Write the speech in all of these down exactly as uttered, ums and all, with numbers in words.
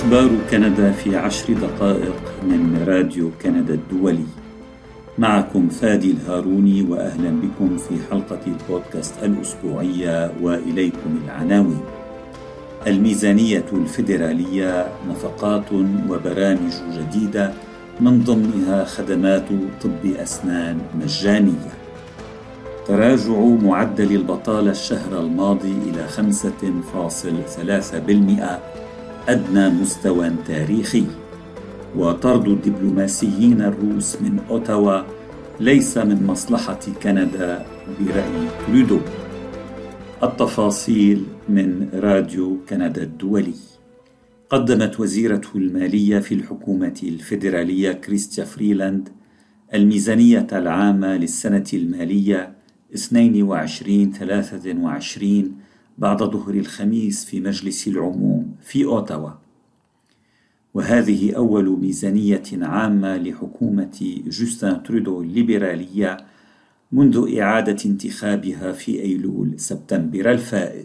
أخبار كندا في عشر دقائق من راديو كندا الدولي. معكم فادي الهاروني، وأهلا بكم في حلقة البودكاست الأسبوعية، وإليكم العناوين. الميزانية الفيدرالية، نفقات وبرامج جديدة من ضمنها خدمات طب أسنان مجانية. تراجع معدل البطالة الشهر الماضي إلى خمسة فاصلة ثلاثة بالمئة، أدنى مستوى تاريخي. وطرد الدبلوماسيين الروس من أوتاوا ليس من مصلحة كندا برأي ترودو. التفاصيل من راديو كندا الدولي. قدمت وزيرة المالية في الحكومة الفيدرالية كريستيا فريلاند الميزانية العامة للسنة المالية اثنين وعشرين ثلاثة وعشرين بعد ظهر الخميس في مجلس العموم في أوتاوا، وهذه أول ميزانية عامة لحكومة جوستن ترودو الليبرالية منذ إعادة انتخابها في أيلول سبتمبر الفائت.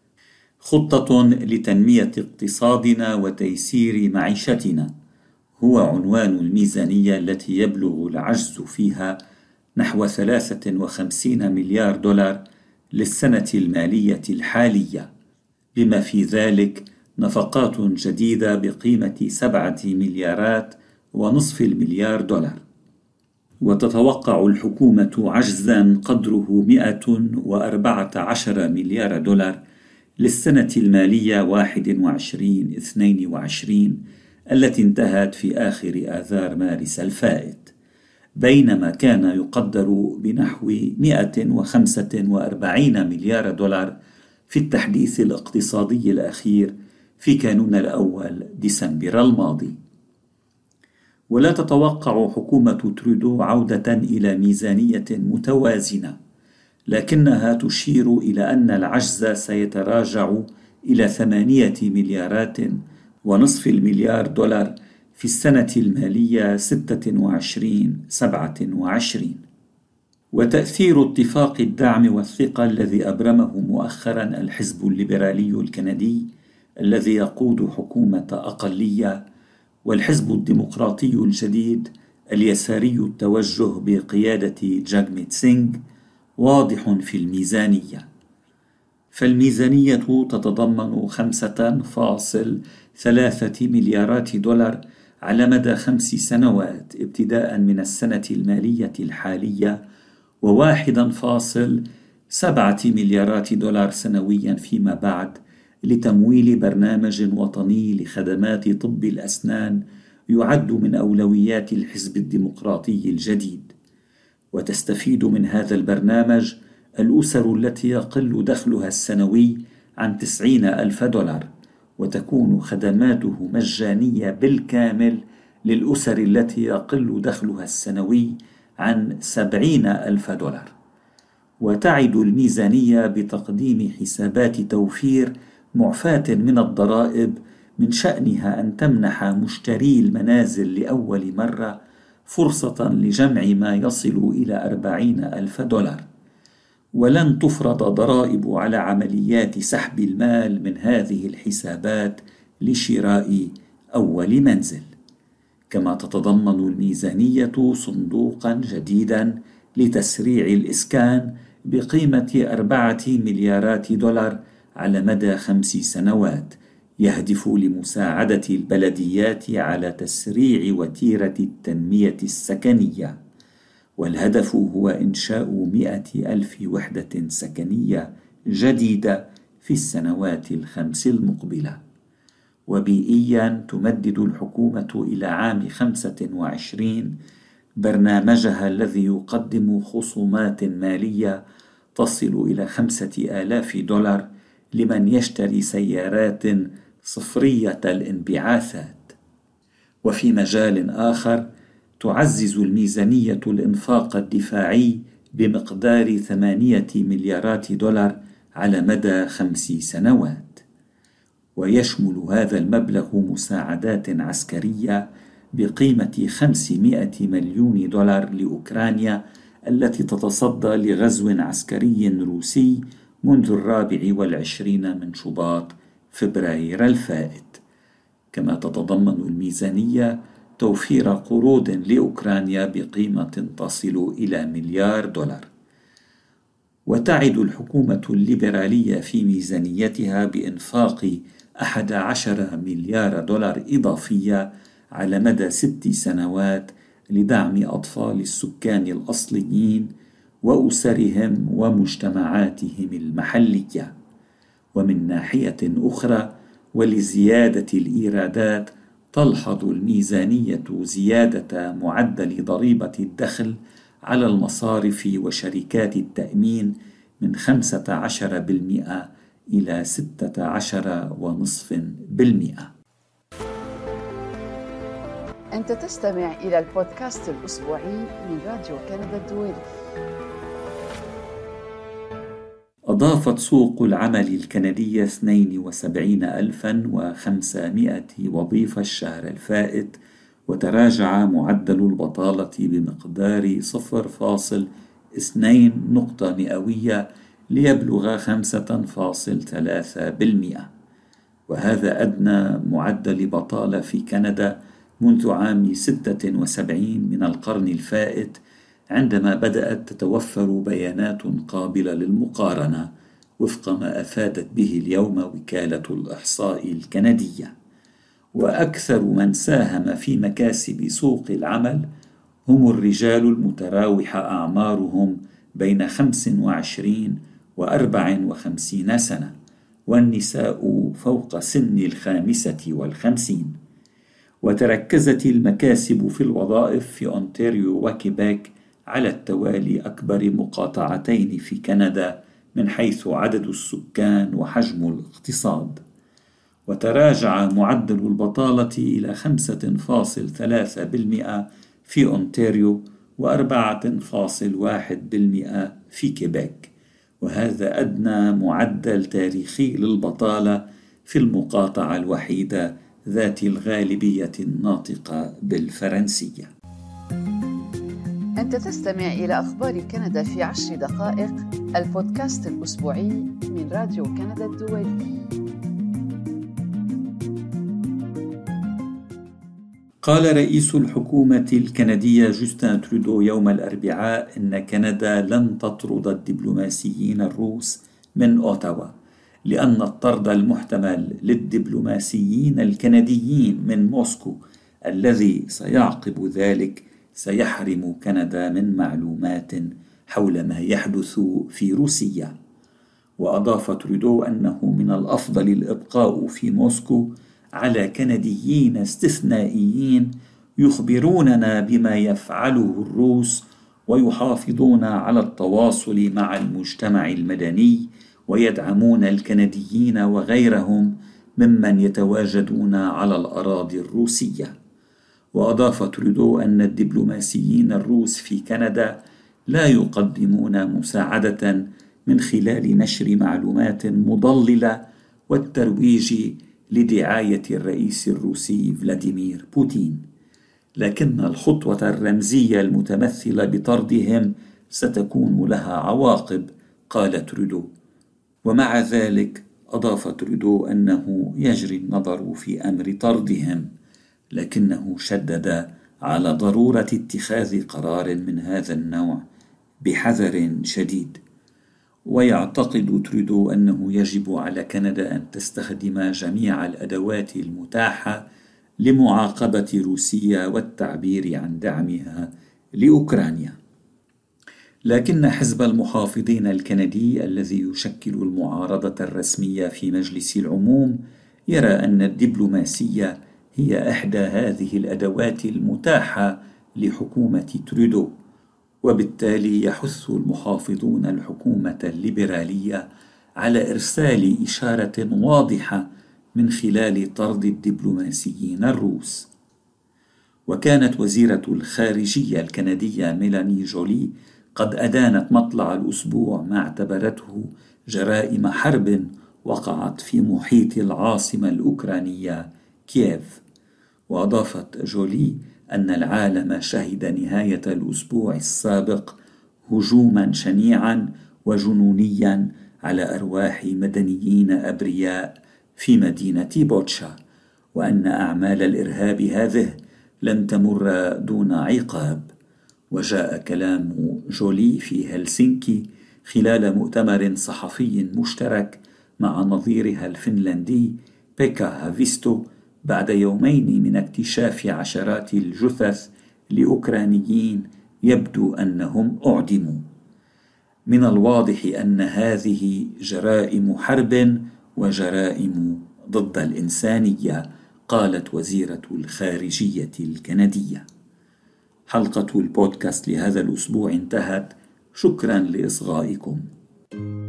خطة لتنمية اقتصادنا وتيسير معيشتنا هو عنوان الميزانية التي يبلغ العجز فيها نحو ثلاثة وخمسين مليار دولار للسنة المالية الحالية، بما في ذلك نفقات جديدة بقيمة سبعة مليارات ونصف المليار دولار. وتتوقع الحكومة عجزا قدره مئة وأربعة عشر مليار دولار للسنة المالية واحد وعشرين اثنين وعشرين التي انتهت في آخر آذار مارس الفائت، بينما كان يقدر بنحو مئة وخمسة وأربعين مليار دولار في التحديث الاقتصادي الأخير في كانون الأول ديسمبر الماضي. ولا تتوقع حكومة ترودو عودة إلى ميزانية متوازنة، لكنها تشير إلى أن العجز سيتراجع إلى ثمانية مليارات ونصف المليار دولار في السنة المالية ستة وعشرين سبعة وعشرين. وتأثير اتفاق الدعم والثقة الذي أبرمه مؤخرا الحزب الليبرالي الكندي الذي يقود حكومة أقلية، والحزب الديمقراطي الجديد اليساري التوجه بقيادة جاغميت سينغ واضح في الميزانية. فالميزانية تتضمن خمسة فاصلة ثلاثة مليارات دولار على مدى خمس سنوات ابتداء من السنة المالية الحالية، وواحد فاصل سبعة مليارات دولار سنويا فيما بعد لتمويل برنامج وطني لخدمات طب الأسنان يعد من أولويات الحزب الديمقراطي الجديد. وتستفيد من هذا البرنامج الأسر التي يقل دخلها السنوي عن تسعين ألف دولار، وتكون خدماته مجانية بالكامل للأسر التي يقل دخلها السنوي عن سبعين ألف دولار. وتعد الميزانية بتقديم حسابات توفير معفاة من الضرائب من شأنها أن تمنح مشتري المنازل لأول مرة فرصة لجمع ما يصل إلى أربعين ألف دولار. ولن تفرض ضرائب على عمليات سحب المال من هذه الحسابات لشراء أول منزل. كما تتضمن الميزانية صندوقا جديدا لتسريع الإسكان بقيمة أربعة مليارات دولار على مدى خمس سنوات، يهدف لمساعدة البلديات على تسريع وتيرة التنمية السكنية. والهدف هو إنشاء مئة ألف وحدة سكنية جديدة في السنوات الخمس المقبلة. وبيئيا تمدد الحكومة إلى عام خمسة وعشرين برنامجها الذي يقدم خصومات مالية تصل إلى خمسة آلاف دولار لمن يشتري سيارات صفرية الانبعاثات. وفي مجال آخر تعزز الميزانية الإنفاق الدفاعي بمقدار ثمانية مليارات دولار على مدى خمس سنوات، ويشمل هذا المبلغ مساعدات عسكرية بقيمة خمسمائة مليون دولار لأوكرانيا التي تتصدى لغزو عسكري روسي منذ الرابع والعشرين من شباط فبراير الفائت. كما تتضمن الميزانية توفير قروض لأوكرانيا بقيمة تصل إلى مليار دولار. وتعد الحكومة الليبرالية في ميزانيتها بإنفاق أحد عشر مليار دولار إضافية على مدى ست سنوات لدعم أطفال السكان الأصليين وأسرهم ومجتمعاتهم المحلية. ومن ناحية أخرى ولزيادة الإيرادات تلحظ الميزانية زيادة معدل ضريبة الدخل على المصارف وشركات التأمين من خمسة عشر بالمئة إلى ستة عشر ونصف بالمئة. أنت تستمع إلى البودكاست الأسبوعي من راديو كندا الدولي. أضافت سوق العمل الكندية اثنين وسبعين ألفا وخمسمائة وظيفة الشهر الفائت، وتراجع معدل البطالة بمقدار صفر فاصل اثنين نقطة مئوية ليبلغ خمسة فاصل ثلاثة بالمئة، وهذا أدنى معدل بطالة في كندا منذ عام ستة وسبعين من القرن الفائت، عندما بدأت تتوفر بيانات قابلة للمقارنة وفق ما أفادت به اليوم وكالة الإحصاء الكندية. وأكثر من ساهم في مكاسب سوق العمل هم الرجال المتراوح أعمارهم بين خمس وعشرين وأربع وخمسين سنة، والنساء فوق سن الخامسة والخمسين. وتركزت المكاسب في الوظائف في أونتاريو وكيبيك على التوالي أكبر مقاطعتين في كندا من حيث عدد السكان وحجم الاقتصاد. وتراجع معدل البطالة إلى خمسة فاصل ثلاثة بالمئة في أونتاريو وأربعة فاصل واحد بالمئة في كيبيك، وهذا أدنى معدل تاريخي للبطالة في المقاطعة الوحيدة ذات الغالبية الناطقة بالفرنسية. أنت تستمع إلى أخبار كندا في عشر دقائق، البودكاست الأسبوعي من راديو كندا الدولي. قال رئيس الحكومة الكندية جوستن ترودو يوم الأربعاء إن كندا لن تطرد الدبلوماسيين الروس من أوتاوا، لأن الطرد المحتمل للدبلوماسيين الكنديين من موسكو الذي سيعقب ذلك سيحرم كندا من معلومات حول ما يحدث في روسيا. وأضاف ترودو أنه من الأفضل الإبقاء في موسكو على كنديين استثنائيين يخبروننا بما يفعله الروس ويحافظون على التواصل مع المجتمع المدني ويدعمون الكنديين وغيرهم ممن يتواجدون على الأراضي الروسية. وأضاف ترودو أن الدبلوماسيين الروس في كندا لا يقدمون مساعدة من خلال نشر معلومات مضللة والترويج لدعاية الرئيس الروسي فلاديمير بوتين، لكن الخطوة الرمزية المتمثلة بطردهم ستكون لها عواقب، قال ترودو. ومع ذلك أضاف ترودو أنه يجري النظر في أمر طردهم، لكنه شدد على ضرورة اتخاذ قرار من هذا النوع بحذر شديد. ويعتقد ترودو أنه يجب على كندا أن تستخدم جميع الأدوات المتاحة لمعاقبة روسيا والتعبير عن دعمها لأوكرانيا. لكن حزب المحافظين الكندي الذي يشكل المعارضة الرسمية في مجلس العموم يرى أن الدبلوماسية هي إحدى هذه الأدوات المتاحة لحكومة ترودو، وبالتالي يحث المحافظون الحكومة الليبرالية على إرسال إشارة واضحة من خلال طرد الدبلوماسيين الروس. وكانت وزيرة الخارجية الكندية ميلاني جولي قد أدانت مطلع الأسبوع ما اعتبرته جرائم حرب وقعت في محيط العاصمة الأوكرانية كييف. وأضافت جولي أن العالم شهد نهاية الأسبوع السابق هجوما شنيعا وجنونيا على أرواح مدنيين أبرياء في مدينة بوتشا، وأن أعمال الإرهاب هذه لن تمر دون عقاب. وجاء كلام جولي في هلسنكي خلال مؤتمر صحفي مشترك مع نظيرها الفنلندي بيكا هافيستو بعد يومين من اكتشاف عشرات الجثث لأوكرانيين يبدو أنهم أعدموا. من الواضح أن هذه جرائم حرب وجرائم ضد الإنسانية، قالت وزيرة الخارجية الكندية. حلقة البودكاست لهذا الأسبوع انتهت. شكرا لإصغائكم.